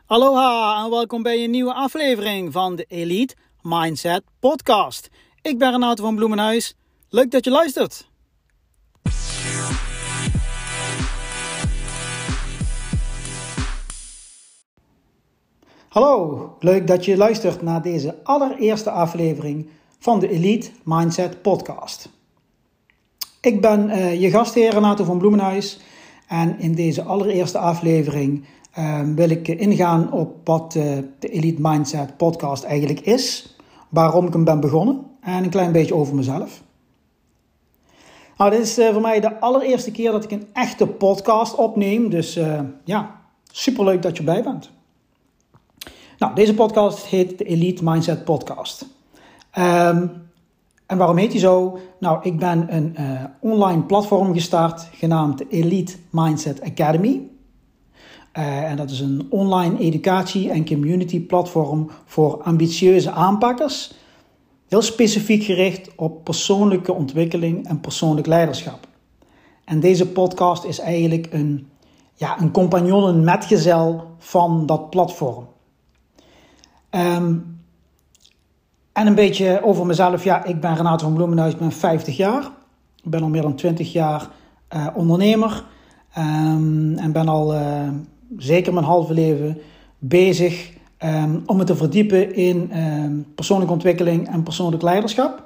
Aloha en welkom bij een nieuwe aflevering van de Elite Mindset Podcast. Ik ben Renato van Bloemenhuis. Leuk dat je luistert. Hallo, leuk dat je luistert naar deze allereerste aflevering van de Elite Mindset Podcast. Ik ben je gastheer Renato van Bloemenhuis en in deze allereerste aflevering wil ik ingaan op wat de Elite Mindset Podcast eigenlijk is, waarom ik hem ben begonnen en een klein beetje over mezelf. Nou, dit is voor mij de allereerste keer dat ik een echte podcast opneem, dus superleuk dat je erbij bent. Nou, deze podcast heet de Elite Mindset Podcast. En waarom heet die zo? Nou, ik ben een online platform gestart genaamd de Elite Mindset Academy. En dat is een online educatie- en community platform voor ambitieuze aanpakkers. Heel specifiek gericht op persoonlijke ontwikkeling en persoonlijk leiderschap. En deze podcast is eigenlijk een compagnon, een metgezel van dat platform. En een beetje over mezelf. Ja, ik ben Renato van Bloemenhuis, ik ben 50 jaar. Ik ben al meer dan 20 jaar ondernemer. En ben al zeker mijn halve leven bezig om me te verdiepen in persoonlijke ontwikkeling en persoonlijk leiderschap.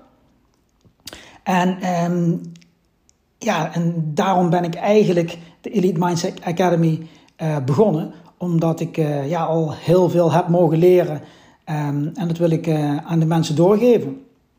En daarom ben ik eigenlijk de Elite Mindset Academy begonnen. Omdat ik al heel veel heb mogen leren. En dat wil ik aan de mensen doorgeven.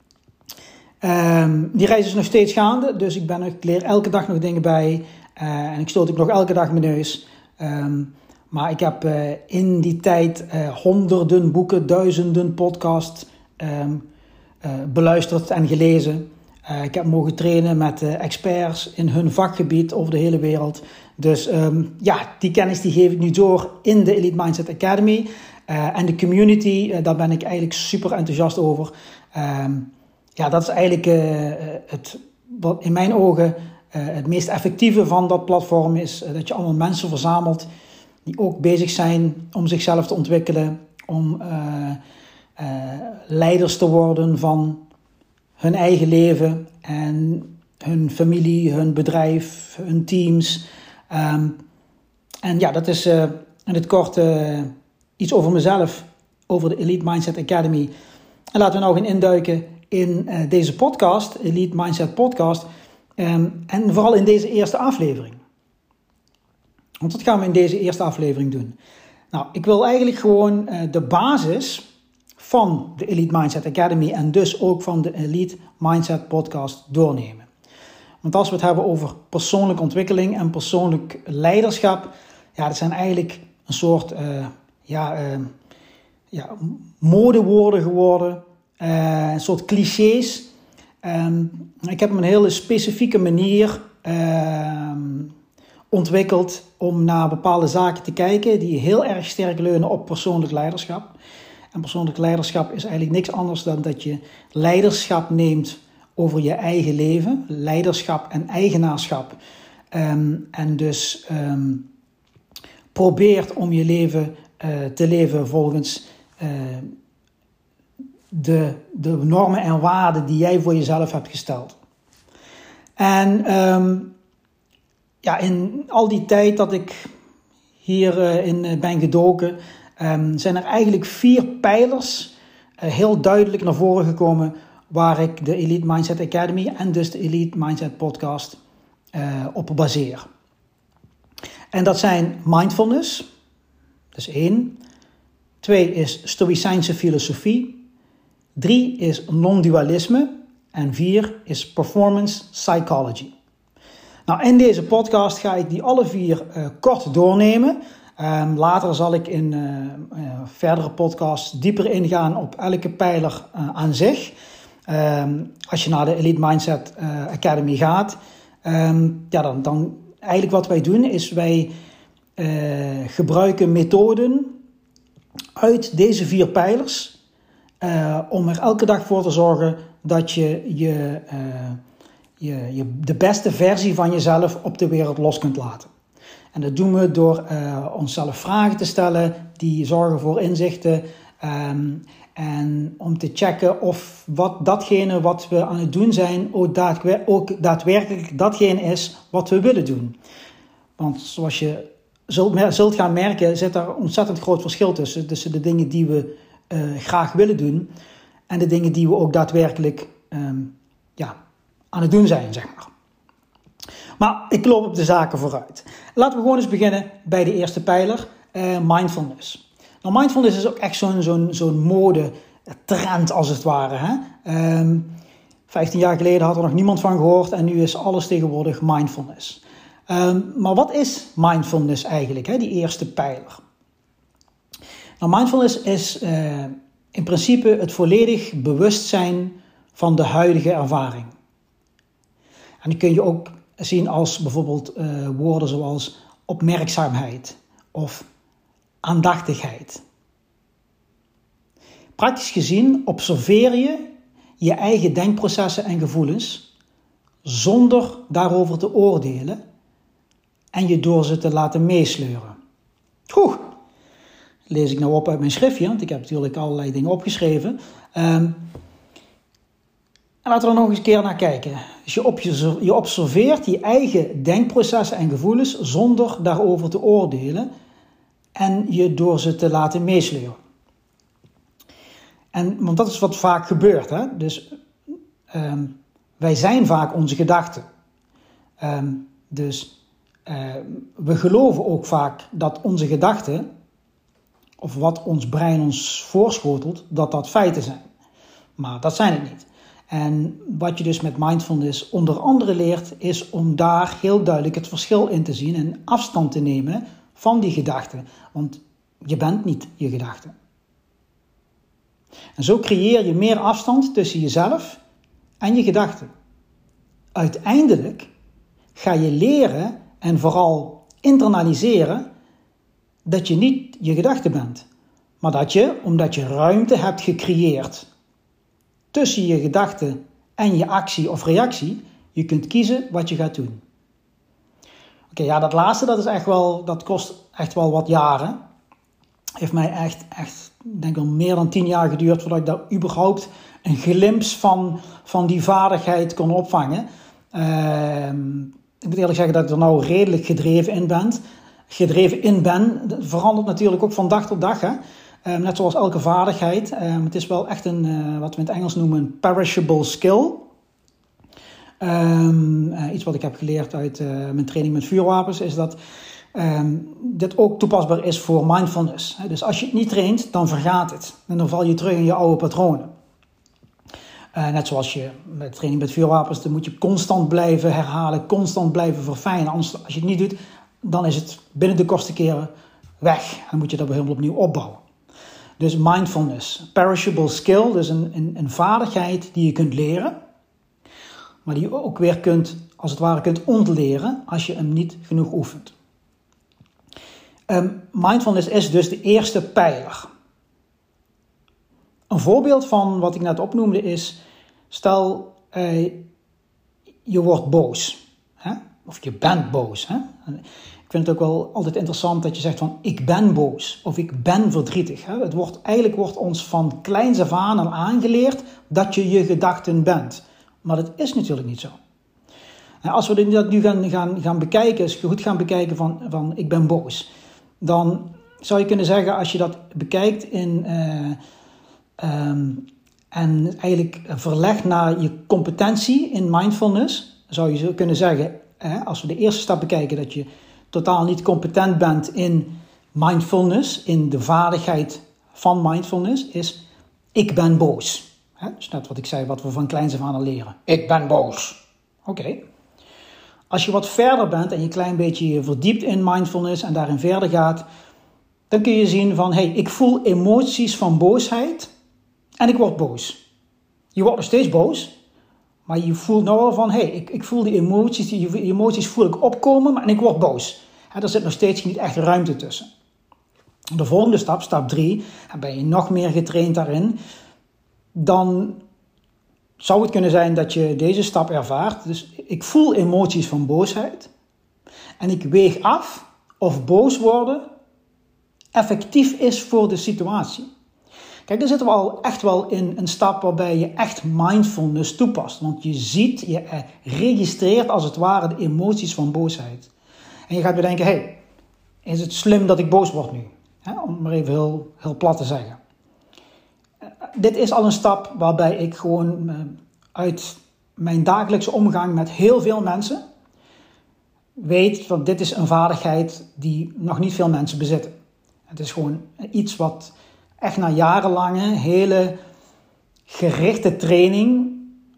Die reis is nog steeds gaande. Dus ik leer elke dag nog dingen bij. En ik stoot ook nog elke dag mijn neus. Maar ik heb in die tijd honderden boeken, duizenden podcasts beluisterd en gelezen. Ik heb mogen trainen met experts in hun vakgebied over de hele wereld. Dus die kennis die geef ik nu door in de Elite Mindset Academy. En de community, daar ben ik eigenlijk super enthousiast over. Dat is eigenlijk wat in mijn ogen het meest effectieve van dat platform is. Dat je allemaal mensen verzamelt die ook bezig zijn om zichzelf te ontwikkelen. Om leiders te worden van hun eigen leven en hun familie, hun bedrijf, hun teams. Dat is in het kort iets over mezelf, over de Elite Mindset Academy. En laten we nou gaan induiken in deze podcast, Elite Mindset Podcast. En vooral in deze eerste aflevering. Want wat gaan we in deze eerste aflevering doen? Nou, ik wil eigenlijk gewoon de basis van de Elite Mindset Academy en dus ook van de Elite Mindset Podcast doornemen. Want als we het hebben over persoonlijke ontwikkeling en persoonlijk leiderschap, dat zijn eigenlijk een soort modewoorden geworden, een soort clichés. Ik heb hem een hele specifieke manier ontwikkeld om naar bepaalde zaken te kijken die heel erg sterk leunen op persoonlijk leiderschap. En persoonlijk leiderschap is eigenlijk niks anders dan dat je leiderschap neemt over je eigen leven, leiderschap en eigenaarschap. En dus probeert om je leven te leven volgens de normen en waarden die jij voor jezelf hebt gesteld. En in al die tijd dat ik hierin ben gedoken, zijn er eigenlijk 4 pijlers heel duidelijk naar voren gekomen waar ik de Elite Mindset Academy en dus de Elite Mindset Podcast op baseer. En dat zijn mindfulness, dat is 1. 2 is stoïcijnse filosofie. 3 is non-dualisme. En 4 is performance psychology. Nou, in deze podcast ga ik die alle 4 kort doornemen. Later zal ik in verdere podcasts dieper ingaan op elke pijler aan zich. Als je naar de Elite Mindset Academy gaat, dan eigenlijk wat wij doen is wij gebruiken methoden uit deze 4 pijlers om er elke dag voor te zorgen dat je de beste versie van jezelf op de wereld los kunt laten. En dat doen we door onszelf vragen te stellen die zorgen voor inzichten. En om te checken of datgene wat we aan het doen zijn ook daadwerkelijk datgene is wat we willen doen. Want zoals je zult gaan merken, zit daar een ontzettend groot verschil tussen de dingen die we graag willen doen en de dingen die we ook daadwerkelijk aan het doen zijn, zeg maar. Maar ik loop op de zaken vooruit. Laten we gewoon eens beginnen bij de eerste pijler, mindfulness. Nou, mindfulness is ook echt zo'n mode-trend als het ware. Hè? 15 jaar geleden had er nog niemand van gehoord en nu is alles tegenwoordig mindfulness. Maar wat is mindfulness eigenlijk, hè? Die eerste pijler? Nou, mindfulness is in principe het volledig bewustzijn van de huidige ervaring. En die kun je ook zien als bijvoorbeeld woorden zoals opmerkzaamheid of aandachtigheid. Praktisch gezien observeer je je eigen denkprocessen en gevoelens zonder daarover te oordelen en je door ze te laten meesleuren. Goed, lees ik nou op uit mijn schriftje, want ik heb natuurlijk allerlei dingen opgeschreven. En laten we er nog eens een keer naar kijken. Dus je observeert je eigen denkprocessen en gevoelens zonder daarover te oordelen en je door ze te laten meesleuren. Want dat is wat vaak gebeurt. Hè? Dus wij zijn vaak onze gedachten. We geloven ook vaak dat onze gedachten, of wat ons brein ons voorschotelt, dat feiten zijn. Maar dat zijn het niet. En wat je dus met mindfulness onder andere leert, is om daar heel duidelijk het verschil in te zien en afstand te nemen van die gedachten. Want je bent niet je gedachten. En zo creëer je meer afstand tussen jezelf en je gedachten. Uiteindelijk ga je leren en vooral internaliseren dat je niet je gedachte bent. Maar dat je, omdat je ruimte hebt gecreëerd tussen je gedachte en je actie of reactie, je kunt kiezen wat je gaat doen. Oké, dat laatste, dat kost echt wel wat jaren. Heeft mij echt, denk wel meer dan 10 jaar geduurd voordat ik daar überhaupt een glimp van die vaardigheid kon opvangen. Ik moet eerlijk zeggen dat ik er nou redelijk gedreven in ben. Dat verandert natuurlijk ook van dag tot dag. Hè? Net zoals elke vaardigheid. Het is wel echt wat we in het Engels noemen, een perishable skill. Iets wat ik heb geleerd uit mijn training met vuurwapens is dat dit ook toepasbaar is voor mindfulness. Dus als je het niet traint, dan vergaat het. En dan val je terug in je oude patronen. Net zoals je met training met vuurwapens, dan moet je constant blijven herhalen, constant blijven verfijnen. Anders, als je het niet doet, dan is het binnen de kortste keren weg. Dan moet je dat helemaal opnieuw opbouwen. Dus mindfulness, perishable skill, dus een vaardigheid die je kunt leren, maar die je ook weer kunt ontleren als je hem niet genoeg oefent. Mindfulness is dus de eerste pijler. Een voorbeeld van wat ik net opnoemde is, stel je wordt boos. Hè? Of je bent boos. Hè? Ik vind het ook wel altijd interessant dat je zegt van ik ben boos of ik ben verdrietig. Hè? Eigenlijk wordt ons van kleins af aan al aangeleerd dat je je gedachten bent. Maar dat is natuurlijk niet zo. En als we dat nu gaan bekijken, als je goed gaan bekijken van ik ben boos, dan zou je kunnen zeggen als je dat bekijkt en eigenlijk verlegt naar je competentie in mindfulness, zou je zo kunnen zeggen, als we de eerste stap bekijken, dat je totaal niet competent bent in mindfulness, in de vaardigheid van mindfulness, is ik ben boos. Dus net wat ik zei, wat we van kleins af aan al leren. Ik ben boos. Oké. Als je wat verder bent en je een klein beetje je verdiept in mindfulness en daarin verder gaat, dan kun je zien van, ik voel emoties van boosheid en ik word boos. Je wordt nog steeds boos, maar je voelt nou wel van, ik voel die emoties voel ik opkomen, maar ik word boos. Er zit nog steeds niet echt ruimte tussen. De volgende stap, stap 3, en ben je nog meer getraind daarin, dan zou het kunnen zijn dat je deze stap ervaart. Dus ik voel emoties van boosheid en ik weeg af of boos worden effectief is voor de situatie. Kijk, daar zitten we al echt wel in een stap waarbij je echt mindfulness toepast. Want je ziet, je registreert als het ware de emoties van boosheid. En je gaat bedenken, hey, is het slim dat ik boos word nu? Om het maar even heel plat te zeggen. Dit is al een stap waarbij ik gewoon uit mijn dagelijkse omgang met heel veel mensen weet dat dit is een vaardigheid die nog niet veel mensen bezitten. Het is gewoon iets wat echt na jarenlange, hele gerichte training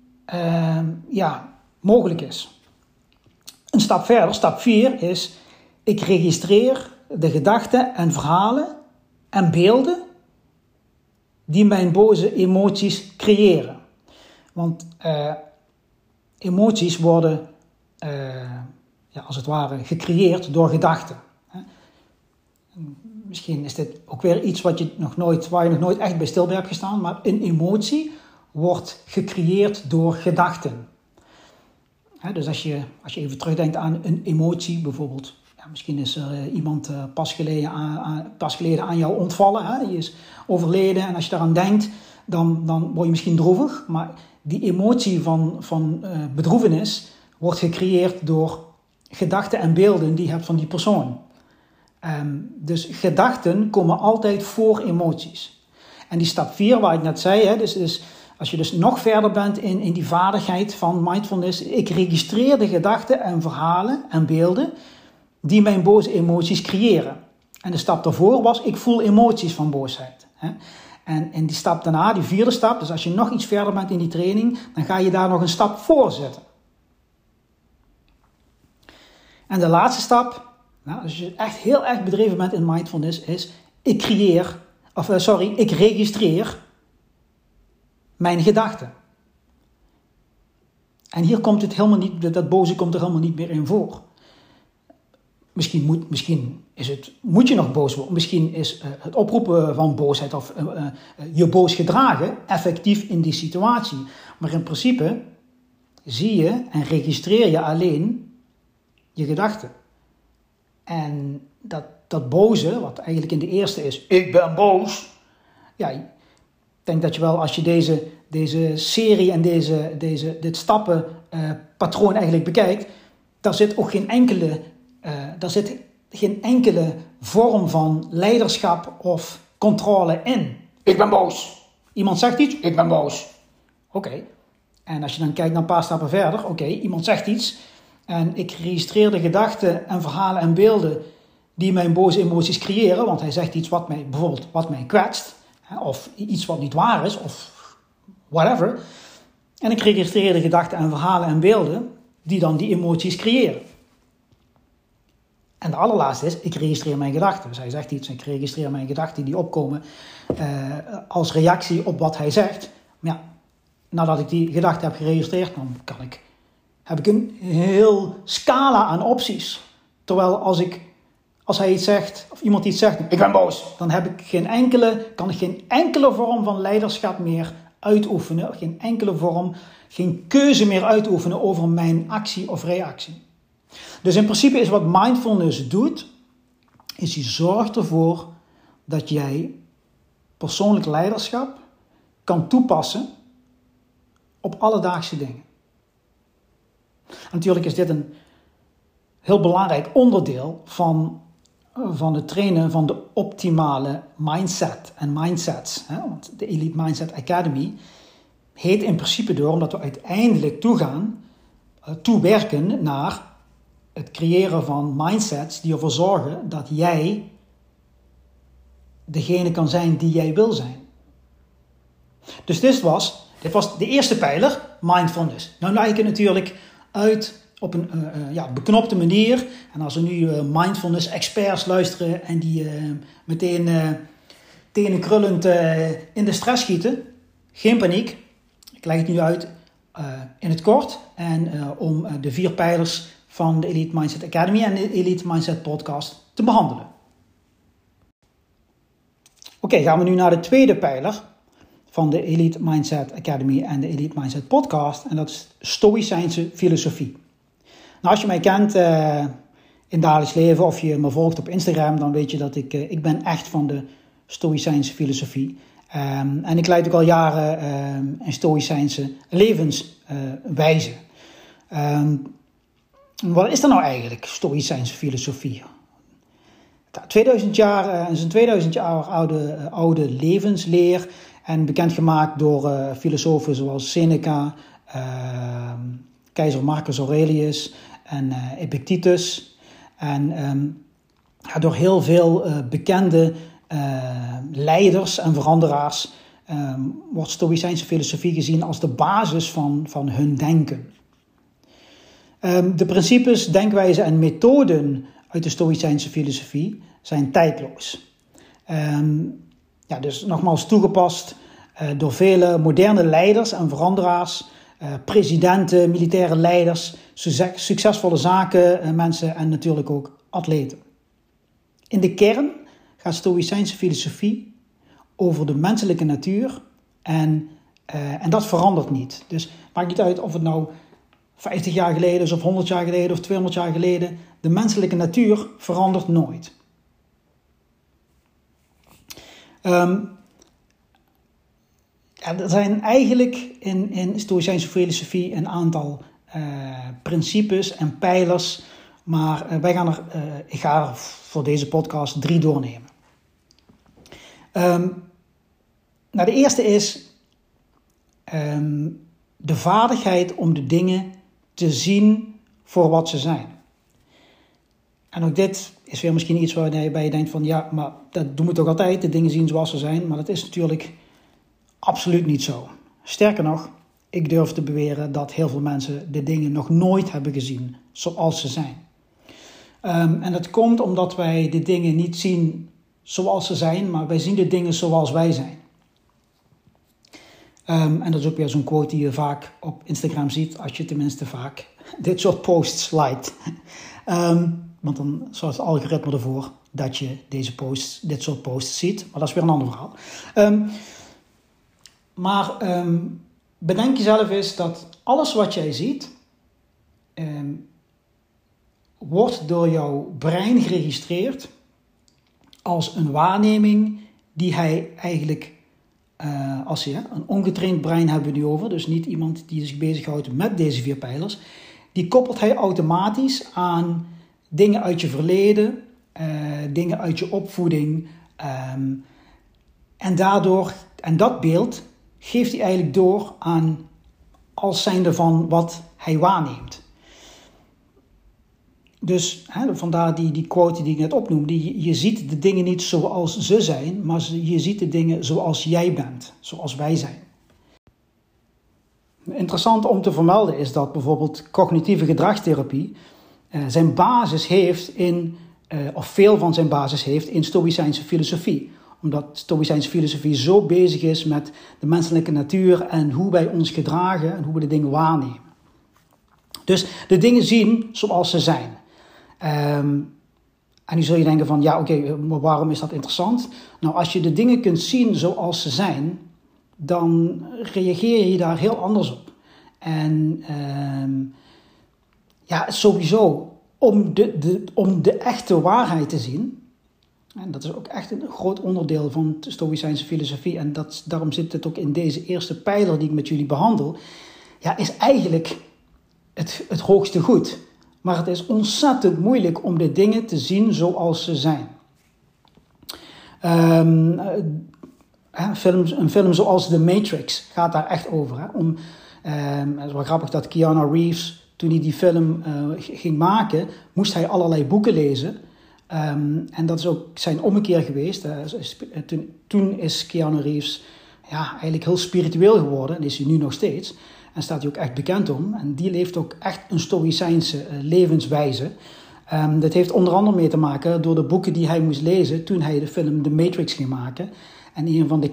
mogelijk is. Een stap verder, stap 4 is, ik registreer de gedachten en verhalen en beelden die mijn boze emoties creëren. Want emoties worden als het ware gecreëerd door gedachten. Misschien is dit ook weer iets waar je nog nooit echt bij stil bij hebt gestaan, maar een emotie wordt gecreëerd door gedachten. Dus als je even terugdenkt aan een emotie, bijvoorbeeld, misschien is er iemand pas geleden aan jou ontvallen, die is overleden, en als je daaraan denkt, dan word je misschien droevig, maar die emotie van bedroevenis wordt gecreëerd door gedachten en beelden die je hebt van die persoon. Dus gedachten komen altijd voor emoties. En die stap 4 waar ik net zei, dus als je dus nog verder bent in die vaardigheid van mindfulness, ik registreer de gedachten en verhalen en beelden die mijn boze emoties creëren. En de stap daarvoor was, ik voel emoties van boosheid. En die stap daarna, die 4e stap, dus als je nog iets verder bent in die training, dan ga je daar nog een stap voor zetten. En de laatste stap, als je echt heel erg bedreven bent in mindfulness, is ik registreer mijn gedachten. En hier komt het helemaal niet, dat boze komt er helemaal niet meer in voor. Misschien moet je nog boos worden. Misschien is het oproepen van boosheid of je boos gedragen effectief in die situatie. Maar in principe zie je en registreer je alleen je gedachten. En dat boze, wat eigenlijk in de eerste is, ik ben boos. Ja, ik denk dat je wel, als je deze serie en dit stappenpatroon eigenlijk bekijkt, daar zit ook geen enkele vorm van leiderschap of controle in. Ik ben boos. Iemand zegt iets, ik ben boos. Oké. En als je dan kijkt naar een paar stappen verder, iemand zegt iets en ik registreer de gedachten en verhalen en beelden die mijn boze emoties creëren, want hij zegt iets wat mij kwetst, of iets wat niet waar is, of whatever. En ik registreer de gedachten en verhalen en beelden die dan die emoties creëren. En de allerlaatste is, ik registreer mijn gedachten. Dus hij zegt iets en ik registreer mijn gedachten die opkomen als reactie op wat hij zegt. Maar ja, nadat ik die gedachte heb geregistreerd, dan heb ik een heel scala aan opties. Terwijl als hij iets zegt, of iemand iets zegt, ik ben boos, dan kan ik geen enkele vorm van leiderschap meer uitoefenen. Geen keuze meer uitoefenen over mijn actie of reactie. Dus in principe is wat mindfulness doet, is hij zorgt ervoor dat jij persoonlijk leiderschap kan toepassen op alledaagse dingen. En natuurlijk is dit een heel belangrijk onderdeel van het trainen van de optimale mindset en mindsets. Want de Elite Mindset Academy heet in principe door omdat we uiteindelijk toewerken naar het creëren van mindsets die ervoor zorgen dat jij degene kan zijn die jij wil zijn. Dus dit was de eerste pijler, mindfulness. Nou leg ik het natuurlijk uit op een beknopte manier. En als er nu mindfulness experts luisteren en die meteen tenen krullend in de stress schieten, geen paniek. Ik leg het nu uit in het kort en om de 4 pijlers van de Elite Mindset Academy en de Elite Mindset Podcast te behandelen. Oké, gaan we nu naar de tweede pijler van de Elite Mindset Academy en de Elite Mindset Podcast. En dat is Stoïcijnse filosofie. Nou, als je mij kent, in dagelijks leven, of je me volgt op Instagram, dan weet je dat ik ben echt van de Stoïcijnse filosofie. En ik leid ook al jaren een Stoïcijnse levenswijze. Wat is dat nou eigenlijk, Stoïcijnse filosofie? 2000 jaar is een 2000 jaar oude levensleer en bekendgemaakt door filosofen zoals Seneca, keizer Marcus Aurelius en Epictetus. En door heel veel bekende leiders en veranderaars wordt Stoïcijnse filosofie gezien als de basis van hun denken. De principes, denkwijzen en methoden uit de Stoïcijnse filosofie zijn tijdloos. Dus nogmaals toegepast door vele moderne leiders en veranderaars, presidenten, militaire leiders, succesvolle zakenmensen en natuurlijk ook atleten. In de kern gaat Stoïcijnse filosofie over de menselijke natuur en dat verandert niet. Dus het maakt niet uit of het nou 50 jaar geleden is of 100 jaar geleden of 200 jaar geleden. De menselijke natuur verandert nooit. Er zijn eigenlijk in Stoïcijnse filosofie een aantal principes en pijlers, maar ik ga er voor deze podcast 3 doornemen. De eerste is de vaardigheid om de dingen te zien voor wat ze zijn. En ook dit is weer misschien iets waarbij je denkt van ja, maar dat doen we toch altijd, de dingen zien zoals ze zijn. Maar dat is natuurlijk absoluut niet zo. Sterker nog, ik durf te beweren dat heel veel mensen de dingen nog nooit hebben gezien zoals ze zijn. En dat komt omdat wij de dingen niet zien zoals ze zijn, maar wij zien de dingen zoals wij zijn. En dat is ook weer zo'n quote die je vaak op Instagram ziet, als je tenminste vaak dit soort posts liked. Want dan zorgt het algoritme ervoor dat je dit soort posts ziet. Maar dat is weer een ander verhaal. Bedenk jezelf eens dat alles wat jij ziet, wordt door jouw brein geregistreerd als een waarneming die hij eigenlijk, een ongetraind brein hebben we nu over, dus niet iemand die zich bezighoudt met deze 4 pijlers, die koppelt hij automatisch aan dingen uit je verleden, dingen uit je opvoeding. En dat beeld geeft hij eigenlijk door aan als zijnde van wat hij waarneemt. Dus vandaar die quote die ik net opnoemde. Je ziet de dingen niet zoals ze zijn, maar je ziet de dingen zoals jij bent, zoals wij zijn. Interessant om te vermelden is dat bijvoorbeeld cognitieve gedragstherapie zijn basis heeft of veel van zijn basis heeft in Stoïcijnse filosofie. Omdat Stoïcijnse filosofie zo bezig is met de menselijke natuur en hoe wij ons gedragen en hoe we de dingen waarnemen. Dus de dingen zien zoals ze zijn. En nu zul je denken van, maar waarom is dat interessant? Nou, als je de dingen kunt zien zoals ze zijn, dan reageer je daar heel anders op. En sowieso, om de echte waarheid te zien, en dat is ook echt een groot onderdeel van de Stoïcijnse filosofie, en daarom zit het ook in deze eerste pijler die ik met jullie behandel, is eigenlijk het hoogste goed. Maar het is ontzettend moeilijk om de dingen te zien zoals ze zijn. Een film zoals The Matrix gaat daar echt over. Het is wel grappig dat Keanu Reeves, toen hij die film ging maken, moest hij allerlei boeken lezen. En dat is ook zijn ommekeer geweest. Toen is Keanu Reeves eigenlijk heel spiritueel geworden. En is hij nu nog steeds. En staat hij ook echt bekend om. En die leeft ook echt een Stoïcijnse levenswijze. Dat heeft onder andere mee te maken door de boeken die hij moest lezen toen hij de film The Matrix ging maken. En een van de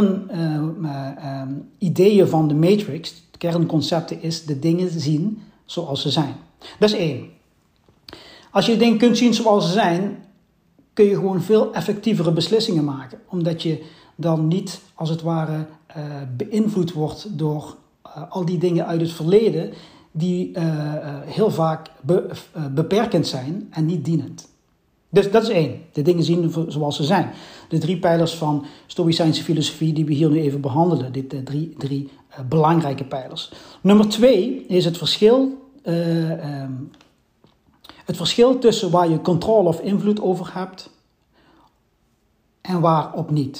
kernideeën van The Matrix, de kernconcepten, is de dingen zien zoals ze zijn. Dat is 1. Als je de dingen kunt zien zoals ze zijn, kun je gewoon veel effectievere beslissingen maken. Omdat je dan niet, als het ware, beïnvloed wordt door al die dingen uit het verleden die heel vaak beperkend zijn en niet dienend. Dus dat is 1. De dingen zien zoals ze zijn. De 3 pijlers van Stoïcijnse filosofie die we hier nu even behandelen. Dit drie belangrijke pijlers. Nummer 2 is het verschil tussen waar je controle of invloed over hebt en waarop niet.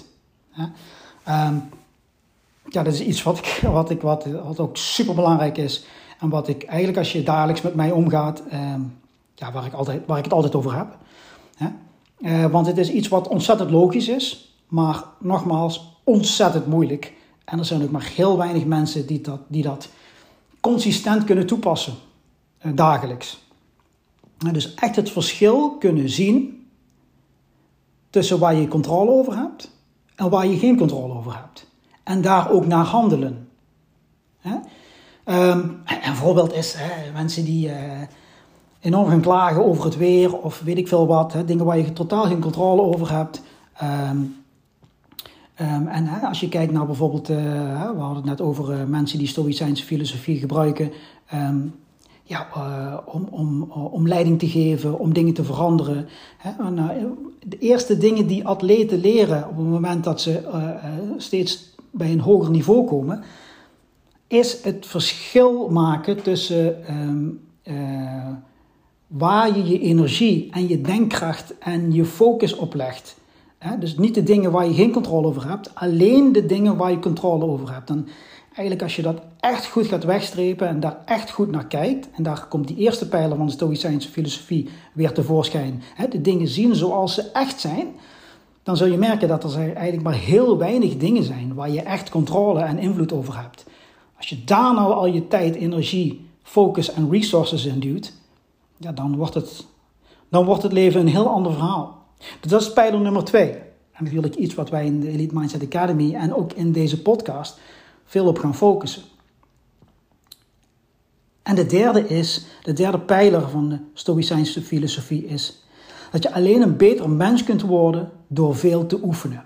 Dat is iets wat ook super belangrijk is. En wat ik eigenlijk, als je dagelijks met mij omgaat, waar ik het altijd over heb. Want het is iets wat ontzettend logisch is, maar nogmaals ontzettend moeilijk. En er zijn ook maar heel weinig mensen die dat consistent kunnen toepassen, dagelijks. Dus echt het verschil kunnen zien tussen waar je controle over hebt en waar je geen controle over hebt. En daar ook naar handelen. Een voorbeeld is mensen die enorm gaan klagen over het weer of weet ik veel wat. Dingen waar je totaal geen controle over hebt. En als je kijkt naar bijvoorbeeld, we hadden het net over mensen die Stoïcijnse filosofie gebruiken. Om leiding te geven, om dingen te veranderen. De eerste dingen die atleten leren op het moment dat ze steeds bij een hoger niveau komen, is het verschil maken tussen waar je je energie en je denkkracht en je focus op legt. Dus niet de dingen waar je geen controle over hebt, alleen de dingen waar je controle over hebt. En eigenlijk als je dat echt goed gaat wegstrepen en daar echt goed naar kijkt, en daar komt die eerste pijler van de Stoïcijnse filosofie weer tevoorschijn, de dingen zien zoals ze echt zijn, dan zul je merken dat er eigenlijk maar heel weinig dingen zijn waar je echt controle en invloed over hebt. Als je daar nou al je tijd, energie, focus en resources in duwt, dan wordt het leven een heel ander verhaal. Dus dat is pijler nummer 2. En natuurlijk iets wat wij in de Elite Mindset Academy en ook in deze podcast veel op gaan focussen. En de derde pijler van de Stoïcijnse filosofie is dat je alleen een beter mens kunt worden door veel te oefenen.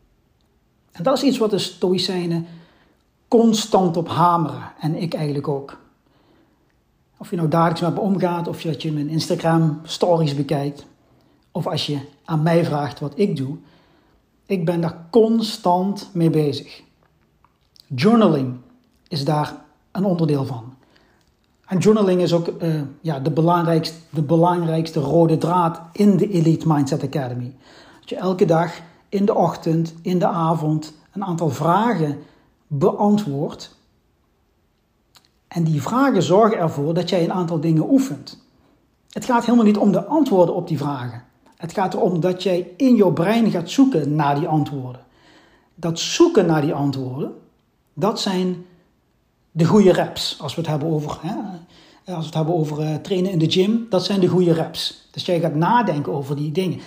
En dat is iets wat de Stoïcijnen constant op hameren. En ik eigenlijk ook. Of je nou dagelijks met me omgaat, of dat je mijn Instagram stories bekijkt, of als je aan mij vraagt wat ik doe. Ik ben daar constant mee bezig. Journaling is daar een onderdeel van. En journaling is ook de belangrijkste rode draad in de Elite Mindset Academy. Dat je elke dag in de ochtend, in de avond een aantal vragen beantwoordt. En die vragen zorgen ervoor dat jij een aantal dingen oefent. Het gaat helemaal niet om de antwoorden op die vragen. Het gaat erom dat jij in jouw brein gaat zoeken naar die antwoorden. Dat zoeken naar die antwoorden, dat zijn de goede reps. Als we het hebben over trainen in de gym, dat zijn de goede reps. Dus jij gaat nadenken over die dingen.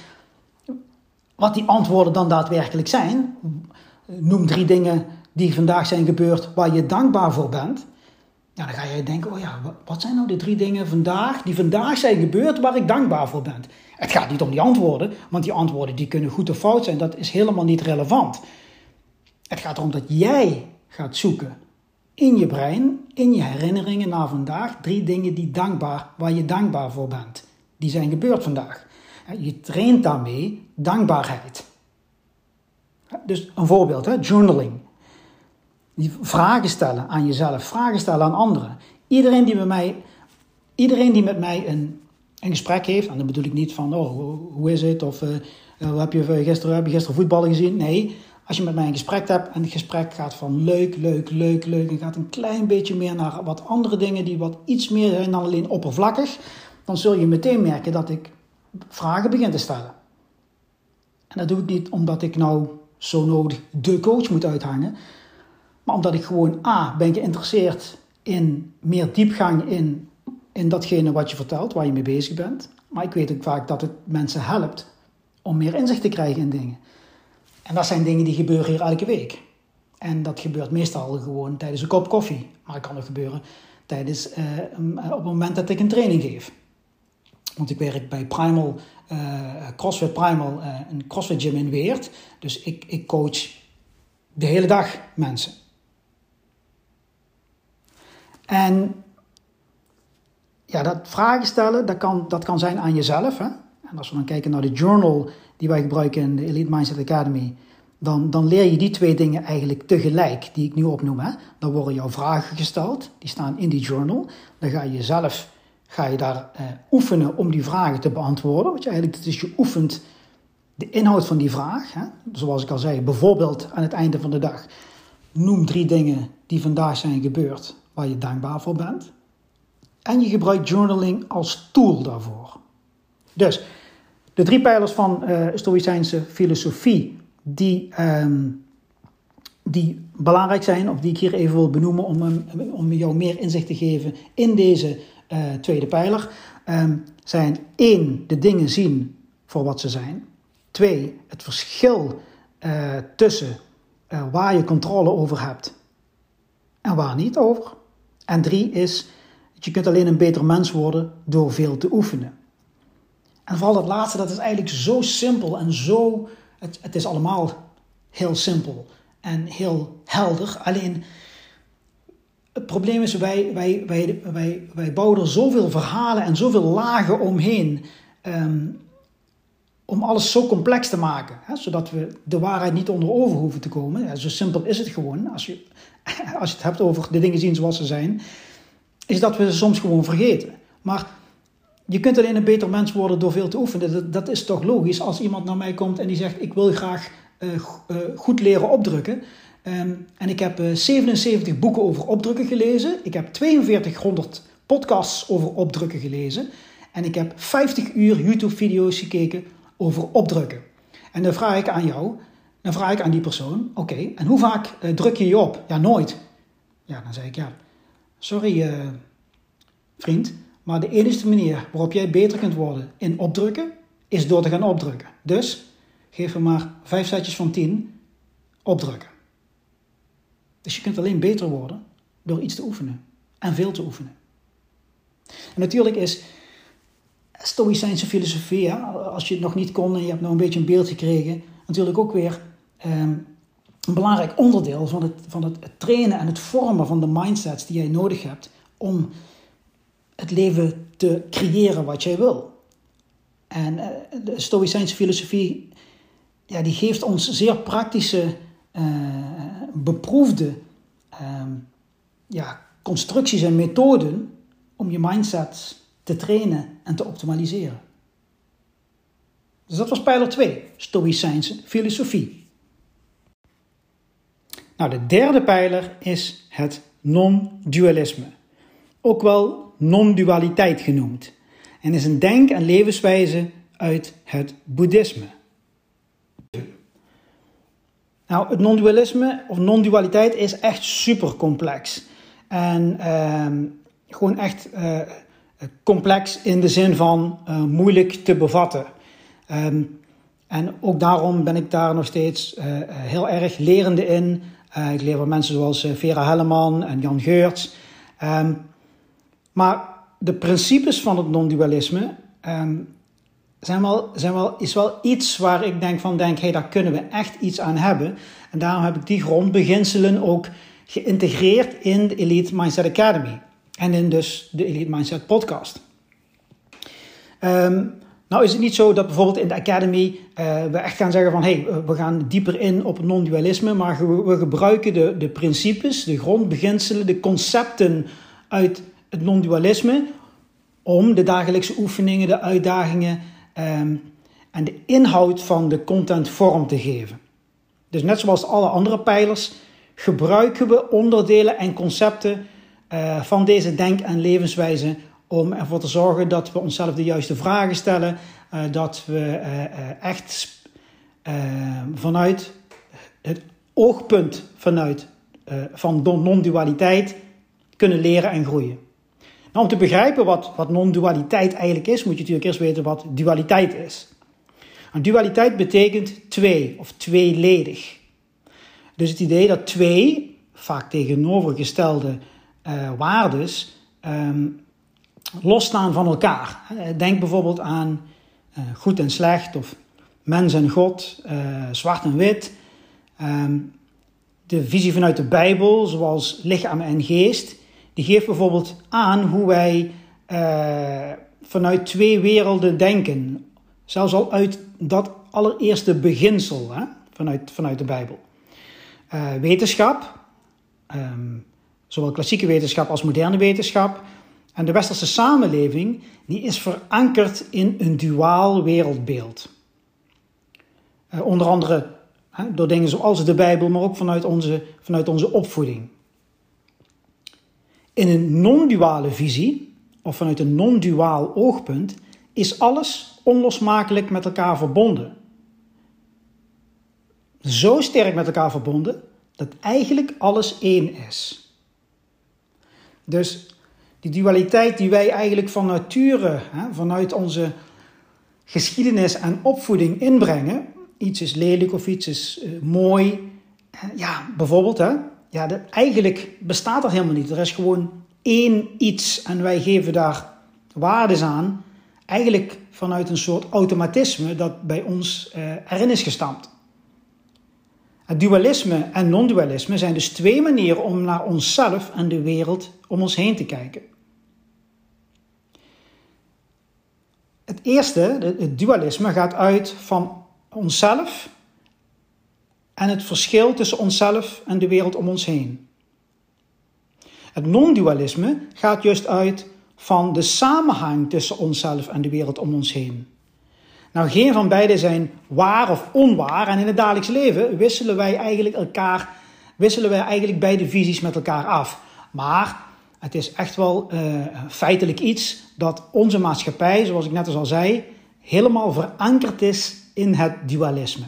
Wat die antwoorden dan daadwerkelijk zijn. Noem 3 dingen die vandaag zijn gebeurd waar je dankbaar voor bent. Ja, dan ga je denken, wat zijn nou de 3 dingen die vandaag zijn gebeurd waar ik dankbaar voor ben? Het gaat niet om die antwoorden, want die antwoorden die kunnen goed of fout zijn. Dat is helemaal niet relevant. Het gaat erom dat jij gaat zoeken in je brein, in je herinneringen naar vandaag, 3 dingen waar je dankbaar voor bent. Die zijn gebeurd vandaag. Je traint daarmee dankbaarheid. Dus een voorbeeld, journaling. Die vragen stellen aan jezelf, vragen stellen aan anderen. Iedereen die met mij een gesprek heeft, en dan bedoel ik niet van, hoe is het? Of heb je gisteren voetballen gezien? Nee, als je met mij een gesprek hebt en het gesprek gaat van leuk, en gaat een klein beetje meer naar wat andere dingen die wat iets meer zijn dan alleen oppervlakkig, dan zul je meteen merken dat ik vragen begin te stellen. En dat doe ik niet omdat ik nou zo nodig de coach moet uithangen, maar omdat ik gewoon ben geïnteresseerd in meer diepgang in datgene wat je vertelt, waar je mee bezig bent. Maar ik weet ook vaak dat het mensen helpt om meer inzicht te krijgen in dingen. En dat zijn dingen die gebeuren hier elke week. En dat gebeurt meestal gewoon tijdens een kop koffie. Maar het kan ook gebeuren op het moment dat ik een training geef. Want ik werk bij Primal, CrossFit Primal, een CrossFit gym in Weert. Dus ik coach de hele dag mensen. En dat vragen stellen, dat kan zijn aan jezelf. Hè? En als we dan kijken naar de journal die wij gebruiken in de Elite Mindset Academy, dan leer je die twee dingen eigenlijk tegelijk, die ik nu opnoem. Hè? Dan worden jouw vragen gesteld, die staan in die journal. Dan ga je daar oefenen om die vragen te beantwoorden. Want je oefent de inhoud van die vraag. Hè? Zoals ik al zei, bijvoorbeeld aan het einde van de dag. Noem 3 dingen die vandaag zijn gebeurd waar je dankbaar voor bent. En je gebruikt journaling als tool daarvoor. Dus de 3 pijlers van Stoïcijnse filosofie die belangrijk zijn, of die ik hier even wil benoemen om jou meer inzicht te geven in deze tweede pijler, zijn 1, de dingen zien voor wat ze zijn. 2, het verschil tussen waar je controle over hebt en waar niet over. En 3 is, je kunt alleen een beter mens worden door veel te oefenen. En vooral dat laatste, dat is eigenlijk zo simpel en zo, het is allemaal heel simpel en heel helder. Alleen, het probleem is, wij bouwen er zoveel verhalen en zoveel lagen omheen, om alles zo complex te maken, hè, zodat we de waarheid niet onder ogen hoeven te komen. Ja, zo simpel is het gewoon, als je het hebt over de dingen zien zoals ze zijn, is dat we ze soms gewoon vergeten. Maar je kunt alleen een beter mens worden door veel te oefenen. Dat is toch logisch als iemand naar mij komt en die zegt, ik wil graag goed leren opdrukken. En ik heb 77 boeken over opdrukken gelezen. Ik heb 4200 podcasts over opdrukken gelezen. En ik heb 50 uur YouTube-video's gekeken over opdrukken. En dan vraag ik aan jou, dan vraag ik aan die persoon, oké, en hoe vaak druk je op? Ja, nooit. Ja, dan zeg ik, ja, sorry vriend, maar de enige manier waarop jij beter kunt worden in opdrukken, is door te gaan opdrukken. Dus, geef er maar 5 setjes van 10 opdrukken. Dus je kunt alleen beter worden door iets te oefenen. En veel te oefenen. En natuurlijk is Stoïcijnse filosofie, ja, als je het nog niet kon en je hebt nou een beetje een beeld gekregen, natuurlijk ook weer een belangrijk onderdeel van het trainen en het vormen van de mindsets die jij nodig hebt om het leven te creëren wat jij wil. En de Stoïcijnse filosofie, ja, die geeft ons zeer praktische, beproefde constructies en methoden om je mindset te trainen en te optimaliseren. Dus dat was pijler 2, Stoïcijnse filosofie. Nou, de derde pijler is het non-dualisme. Ook wel non-dualiteit genoemd. En is een denk- en levenswijze uit het boeddhisme. Nou, het non-dualisme of non-dualiteit is echt super complex. En gewoon echt complex in de zin van moeilijk te bevatten. En ook daarom ben ik daar nog steeds heel erg lerende in. Ik leer van mensen zoals Vera Helleman en Jan Geurts. Maar de principes van het non-dualisme is wel iets waar ik denk, hey, daar kunnen we echt iets aan hebben. En daarom heb ik die grondbeginselen ook geïntegreerd in de Elite Mindset Academy. En in dus de Elite Mindset podcast. Nou is het niet zo dat bijvoorbeeld in de Academy we echt gaan zeggen van, hey, we gaan dieper in op het non-dualisme, maar we gebruiken de principes, de grondbeginselen, de concepten uit het non-dualisme om de dagelijkse oefeningen, de uitdagingen en de inhoud van de content vorm te geven. Dus net zoals alle andere pijlers gebruiken we onderdelen en concepten van deze denk- en levenswijze om ervoor te zorgen dat we onszelf de juiste vragen stellen, dat we echt vanuit het oogpunt van non-dualiteit kunnen leren en groeien. Nou, om te begrijpen wat non-dualiteit eigenlijk is, moet je natuurlijk eerst weten wat dualiteit is. En dualiteit betekent twee of tweeledig. Dus het idee dat twee, vaak tegenovergestelde waardes, losstaan van elkaar. Denk bijvoorbeeld aan goed en slecht of mens en God, zwart en wit. De visie vanuit de Bijbel, zoals lichaam en geest, die geeft bijvoorbeeld aan hoe wij vanuit twee werelden denken. Zelfs al uit dat allereerste beginsel, hè? Vanuit de Bijbel. Wetenschap, zowel klassieke wetenschap als moderne wetenschap. En de westerse samenleving, die is verankerd in een duaal wereldbeeld. Onder andere door dingen zoals de Bijbel, maar ook vanuit onze opvoeding. In een non-duale visie, of vanuit een non-duaal oogpunt, is alles onlosmakelijk met elkaar verbonden. Zo sterk met elkaar verbonden, dat eigenlijk alles één is. Dus die dualiteit die wij eigenlijk van nature, vanuit onze geschiedenis en opvoeding inbrengen, iets is lelijk of iets is mooi, bijvoorbeeld, eigenlijk bestaat er helemaal niet. Er is gewoon één iets en wij geven daar waardes aan, eigenlijk vanuit een soort automatisme dat bij ons erin is gestampt. Het dualisme en non-dualisme zijn dus twee manieren om naar onszelf en de wereld om ons heen te kijken. Het eerste, het dualisme, gaat uit van onszelf en het verschil tussen onszelf en de wereld om ons heen. Het non-dualisme gaat juist uit van de samenhang tussen onszelf en de wereld om ons heen. Nou, geen van beide zijn waar of onwaar. En in het dagelijks leven wisselen wij eigenlijk beide visies met elkaar af. Maar het is echt wel feitelijk iets dat onze maatschappij, zoals ik net al zei, helemaal verankerd is in het dualisme.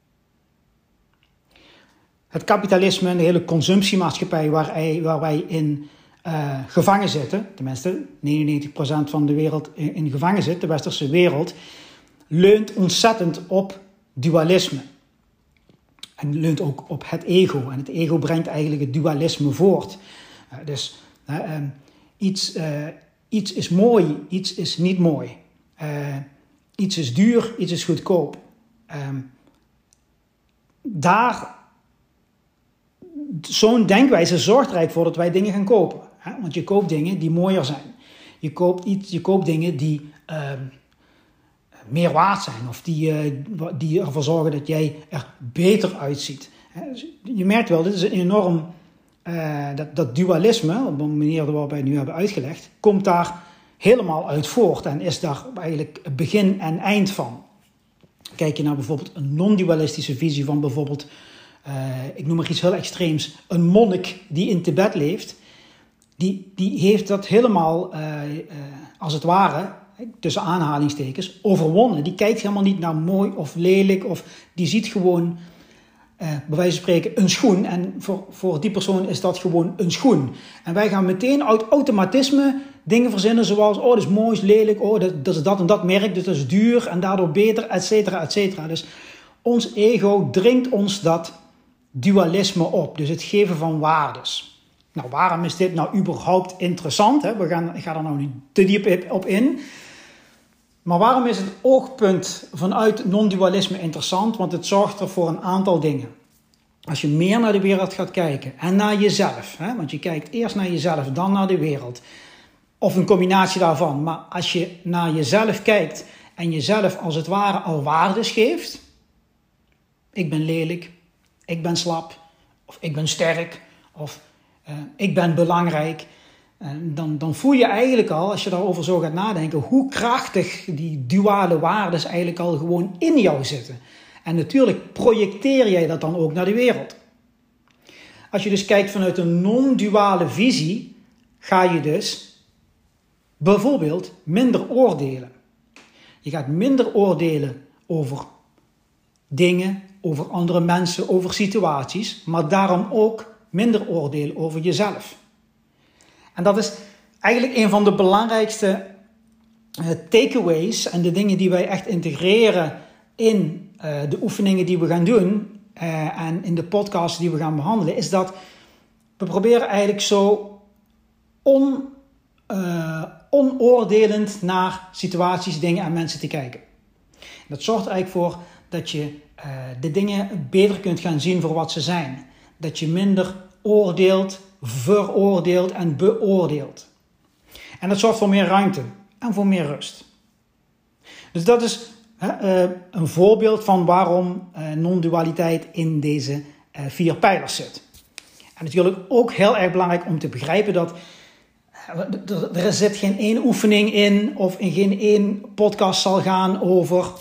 Het kapitalisme en de hele consumptiemaatschappij waar wij in gevangen zitten, tenminste 99% van de wereld in gevangen zit, de westerse wereld, leunt ontzettend op dualisme. En leunt ook op het ego. En het ego brengt eigenlijk het dualisme voort. Iets is mooi, iets is niet mooi. Iets is duur, iets is goedkoop. Zo'n denkwijze zorgt er eigenlijk voor dat wij dingen gaan kopen. Want je koopt dingen die mooier zijn. Je koopt dingen die meer waard zijn. Of die ervoor zorgen dat jij er beter uitziet. Je merkt wel, dit is een enorm... dat dualisme, op de manier waarop wij het nu hebben uitgelegd, komt daar helemaal uit voort. En is daar eigenlijk begin en eind van. Kijk je naar bijvoorbeeld een non-dualistische visie van bijvoorbeeld... ik noem maar iets heel extreems. Een monnik die in Tibet leeft. Die heeft dat helemaal, als het ware, tussen aanhalingstekens, overwonnen. Die kijkt helemaal niet naar mooi of lelijk. Of die ziet gewoon, bij wijze van spreken, een schoen. En voor die persoon is dat gewoon een schoen. En wij gaan meteen uit automatisme dingen verzinnen zoals... oh, dat is mooi, is lelijk. Oh, dat is dat en dat merk, dus dat is duur en daardoor beter, et cetera, et cetera. Dus ons ego dringt ons dat dualisme op. Dus het geven van waardes. Nou, waarom is dit nou überhaupt interessant? Hè? Ik ga er nou niet te diep op in. Maar waarom is het oogpunt vanuit non-dualisme interessant? Want het zorgt er voor een aantal dingen. Als je meer naar de wereld gaat kijken en naar jezelf. Hè? Want je kijkt eerst naar jezelf, dan naar de wereld. Of een combinatie daarvan. Maar als je naar jezelf kijkt en jezelf als het ware al waardes geeft. Ik ben lelijk. Ik ben slap. Of ik ben sterk. Of ik ben belangrijk. Dan voel je eigenlijk al, als je daarover zo gaat nadenken, hoe krachtig die duale waarden eigenlijk al gewoon in jou zitten. En natuurlijk projecteer jij dat dan ook naar de wereld. Als je dus kijkt vanuit een non-duale visie, ga je dus bijvoorbeeld minder oordelen. Je gaat minder oordelen over dingen, over andere mensen, over situaties, maar daarom ook minder oordelen over jezelf. En dat is eigenlijk een van de belangrijkste takeaways en de dingen die wij echt integreren in de oefeningen die we gaan doen en in de podcasts die we gaan behandelen, is dat we proberen eigenlijk zo onoordelend naar situaties, dingen en mensen te kijken. En dat zorgt er eigenlijk voor dat je de dingen beter kunt gaan zien voor wat ze zijn. Dat je minder oordeelt, veroordeelt en beoordeelt. En dat zorgt voor meer ruimte en voor meer rust. Dus dat is een voorbeeld van waarom non-dualiteit in deze 4 pijlers zit. En natuurlijk ook heel erg belangrijk om te begrijpen dat er zit geen één oefening in of in geen één podcast zal gaan over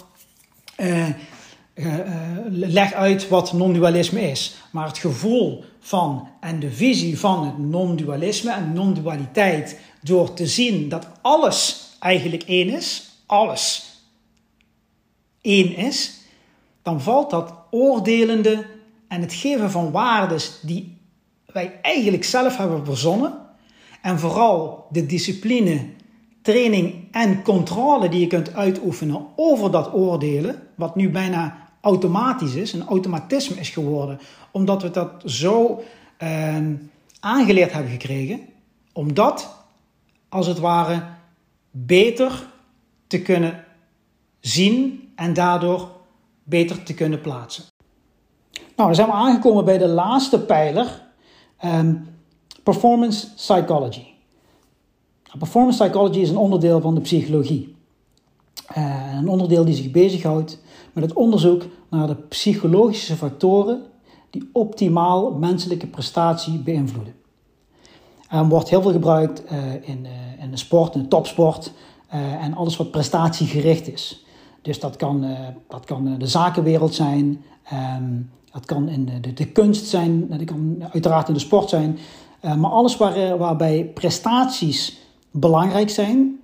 leg uit wat non-dualisme is. Maar het gevoel van en de visie van het non-dualisme en non-dualiteit door te zien dat alles eigenlijk één is, alles één is, dan valt dat oordelende en het geven van waardes die wij eigenlijk zelf hebben verzonnen en vooral de discipline, training en controle die je kunt uitoefenen over dat oordelen, wat nu bijna automatisch is, een automatisme is geworden, omdat we dat zo aangeleerd hebben gekregen, om dat als het ware beter te kunnen zien en daardoor beter te kunnen plaatsen. Nou, dan zijn we aangekomen bij de laatste pijler, performance psychology. Performance psychology is een onderdeel van de psychologie. Een onderdeel die zich bezighoudt met het onderzoek naar de psychologische factoren die optimaal menselijke prestatie beïnvloeden. Wordt heel veel gebruikt in de sport, in de topsport en alles wat prestatiegericht is. Dus dat kan de zakenwereld zijn, dat kan in de kunst zijn, dat kan uiteraard in de sport zijn. Maar alles waarbij prestaties belangrijk zijn,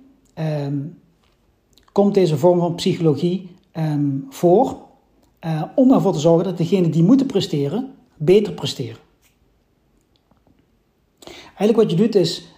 komt deze vorm van psychologie voor om ervoor te zorgen dat degenen die moeten presteren, beter presteren. Eigenlijk wat je doet is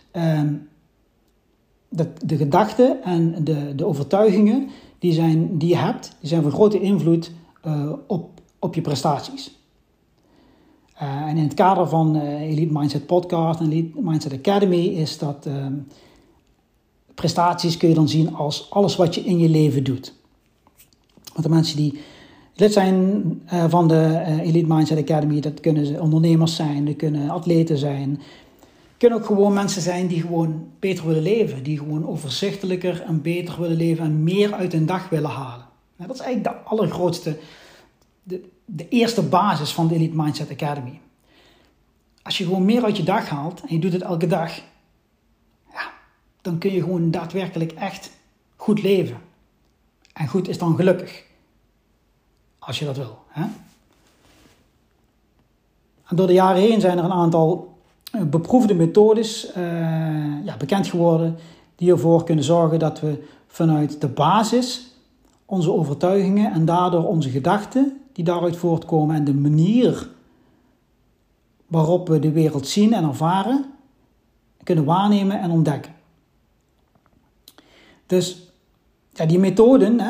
de gedachten en de overtuigingen die je hebt, die zijn van grote invloed op je prestaties. En in het kader van Elite Mindset Podcast en Elite Mindset Academy is dat prestaties kun je dan zien als alles wat je in je leven doet. Want de mensen die lid zijn van de Elite Mindset Academy, dat kunnen ondernemers zijn, dat kunnen atleten zijn, kunnen ook gewoon mensen zijn die gewoon beter willen leven, die gewoon overzichtelijker en beter willen leven en meer uit hun dag willen halen. Nou, dat is eigenlijk de allergrootste, de eerste basis van de Elite Mindset Academy. Als je gewoon meer uit je dag haalt en je doet het elke dag, ja, dan kun je gewoon daadwerkelijk echt goed leven. En goed is dan gelukkig. Als je dat wil. Hè? En door de jaren heen zijn er een aantal beproefde methodes bekend geworden die ervoor kunnen zorgen dat we vanuit de basis onze overtuigingen en daardoor onze gedachten die daaruit voortkomen en de manier waarop we de wereld zien en ervaren, kunnen waarnemen en ontdekken. Dus ja, die methoden,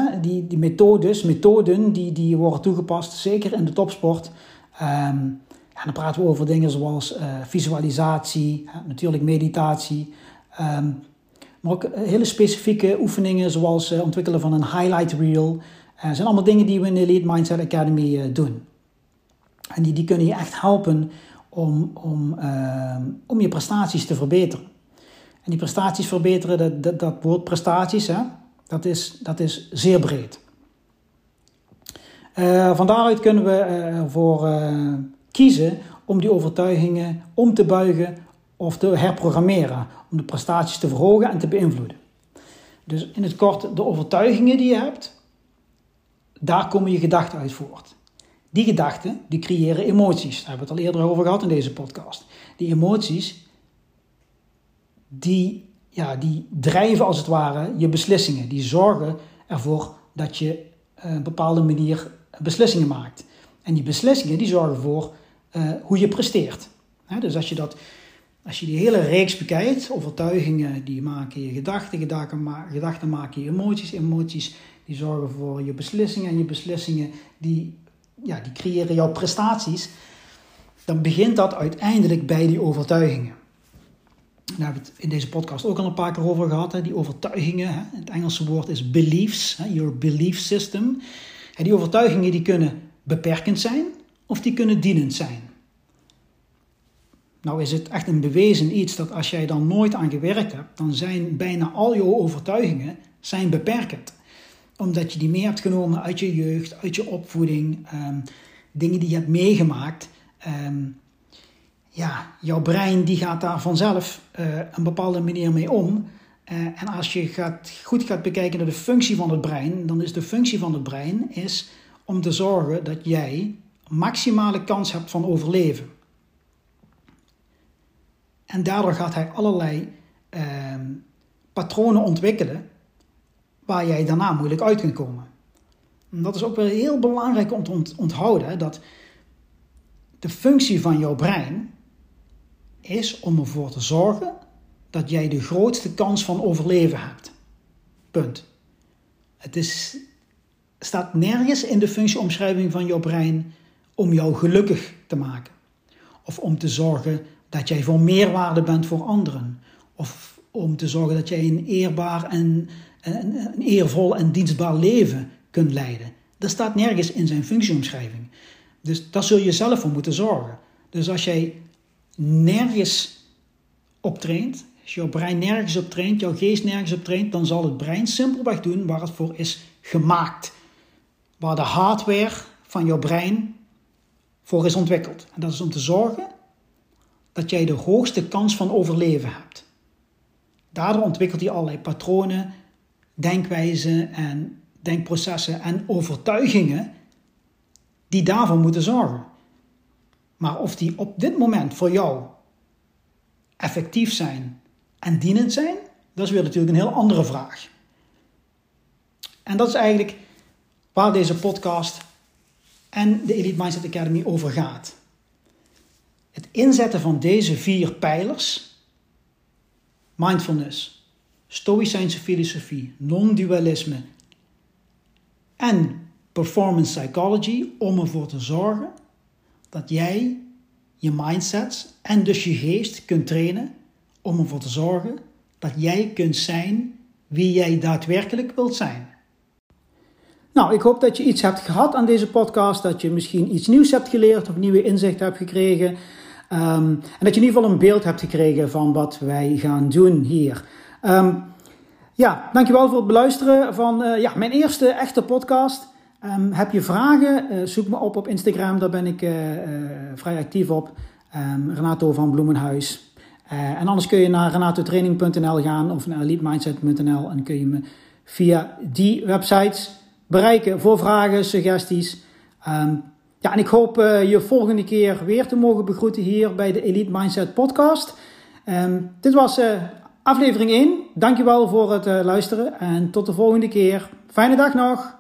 die worden toegepast, zeker in de topsport. Dan praten we over dingen zoals visualisatie, natuurlijk meditatie, maar ook hele specifieke oefeningen zoals ontwikkelen van een highlight reel. Dat zijn allemaal dingen die we in de Elite Mindset Academy doen. En die kunnen je echt helpen om je prestaties te verbeteren. En die prestaties verbeteren, dat woord prestaties, hè, dat is zeer breed. Van daaruit kunnen we ervoor kiezen om die overtuigingen om te buigen of te herprogrammeren. Om de prestaties te verhogen en te beïnvloeden. Dus in het kort, de overtuigingen die je hebt, daar komen je gedachten uit voort. Die gedachten, die creëren emoties. Daar hebben we het al eerder over gehad in deze podcast. Die emoties, die drijven als het ware je beslissingen. Die zorgen ervoor dat je op een bepaalde manier beslissingen maakt. En die beslissingen die zorgen voor hoe je presteert. Dus als je die hele reeks bekijkt, overtuigingen die maken je gedachten, gedachten maken je emoties, emoties die zorgen voor je beslissingen en je beslissingen die creëren jouw prestaties, dan begint dat uiteindelijk bij die overtuigingen. Daar hebben we het in deze podcast ook al een paar keer over gehad. Die overtuigingen, het Engelse woord is beliefs, your belief system. Die overtuigingen die kunnen beperkend zijn of die kunnen dienend zijn. Nou is het echt een bewezen iets dat als jij daar nooit aan gewerkt hebt, dan zijn bijna al jouw overtuigingen beperkend. Omdat je die mee hebt genomen uit je jeugd, uit je opvoeding, dingen die je hebt meegemaakt. Jouw brein die gaat daar vanzelf een bepaalde manier mee om. En als je goed gaat bekijken naar de functie van het brein, dan is de functie van het brein om te zorgen dat jij maximale kans hebt van overleven. En daardoor gaat hij allerlei patronen ontwikkelen waar jij daarna moeilijk uit kunt komen. En dat is ook weer heel belangrijk om te onthouden, dat de functie van jouw brein is om ervoor te zorgen dat jij de grootste kans van overleven hebt. Punt. Het staat nergens in de functieomschrijving van jouw brein om jou gelukkig te maken. Of om te zorgen dat jij van meerwaarde bent voor anderen. Of om te zorgen dat jij een eerbaar en een eervol en dienstbaar leven kunt leiden. Dat staat nergens in zijn functieomschrijving. Dus daar zul je zelf voor moeten zorgen. Dus als jij nergens op traint, als jouw brein nergens op traint, jouw geest nergens op traint, dan zal het brein simpelweg doen waar het voor is gemaakt. Waar de hardware van jouw brein voor is ontwikkeld. En dat is om te zorgen dat jij de hoogste kans van overleven hebt. Daardoor ontwikkelt hij allerlei patronen, denkwijzen en denkprocessen en overtuigingen die daarvoor moeten zorgen. Maar of die op dit moment voor jou effectief zijn en dienend zijn, dat is weer natuurlijk een heel andere vraag. En dat is eigenlijk waar deze podcast en de Elite Mindset Academy over gaat. Het inzetten van deze 4 pijlers: mindfulness, stoïcijnse filosofie, non-dualisme en performance psychology, om ervoor te zorgen dat jij je mindset en dus je geest kunt trainen om ervoor te zorgen dat jij kunt zijn wie jij daadwerkelijk wilt zijn. Nou, ik hoop dat je iets hebt gehad aan deze podcast, dat je misschien iets nieuws hebt geleerd of nieuwe inzichten hebt gekregen. En dat je in ieder geval een beeld hebt gekregen van wat wij gaan doen hier. Dankjewel voor het beluisteren van mijn eerste echte podcast. Heb je vragen? Zoek me op Instagram, daar ben ik vrij actief op. Renato van Bloemenhuis. En anders kun je naar renatotraining.nl gaan of naar elitemindset.nl en kun je me via die websites bereiken voor vragen, suggesties. En ik hoop je volgende keer weer te mogen begroeten hier bij de Elite Mindset podcast. Dit was aflevering 1. Dankjewel voor het luisteren en tot de volgende keer. Fijne dag nog!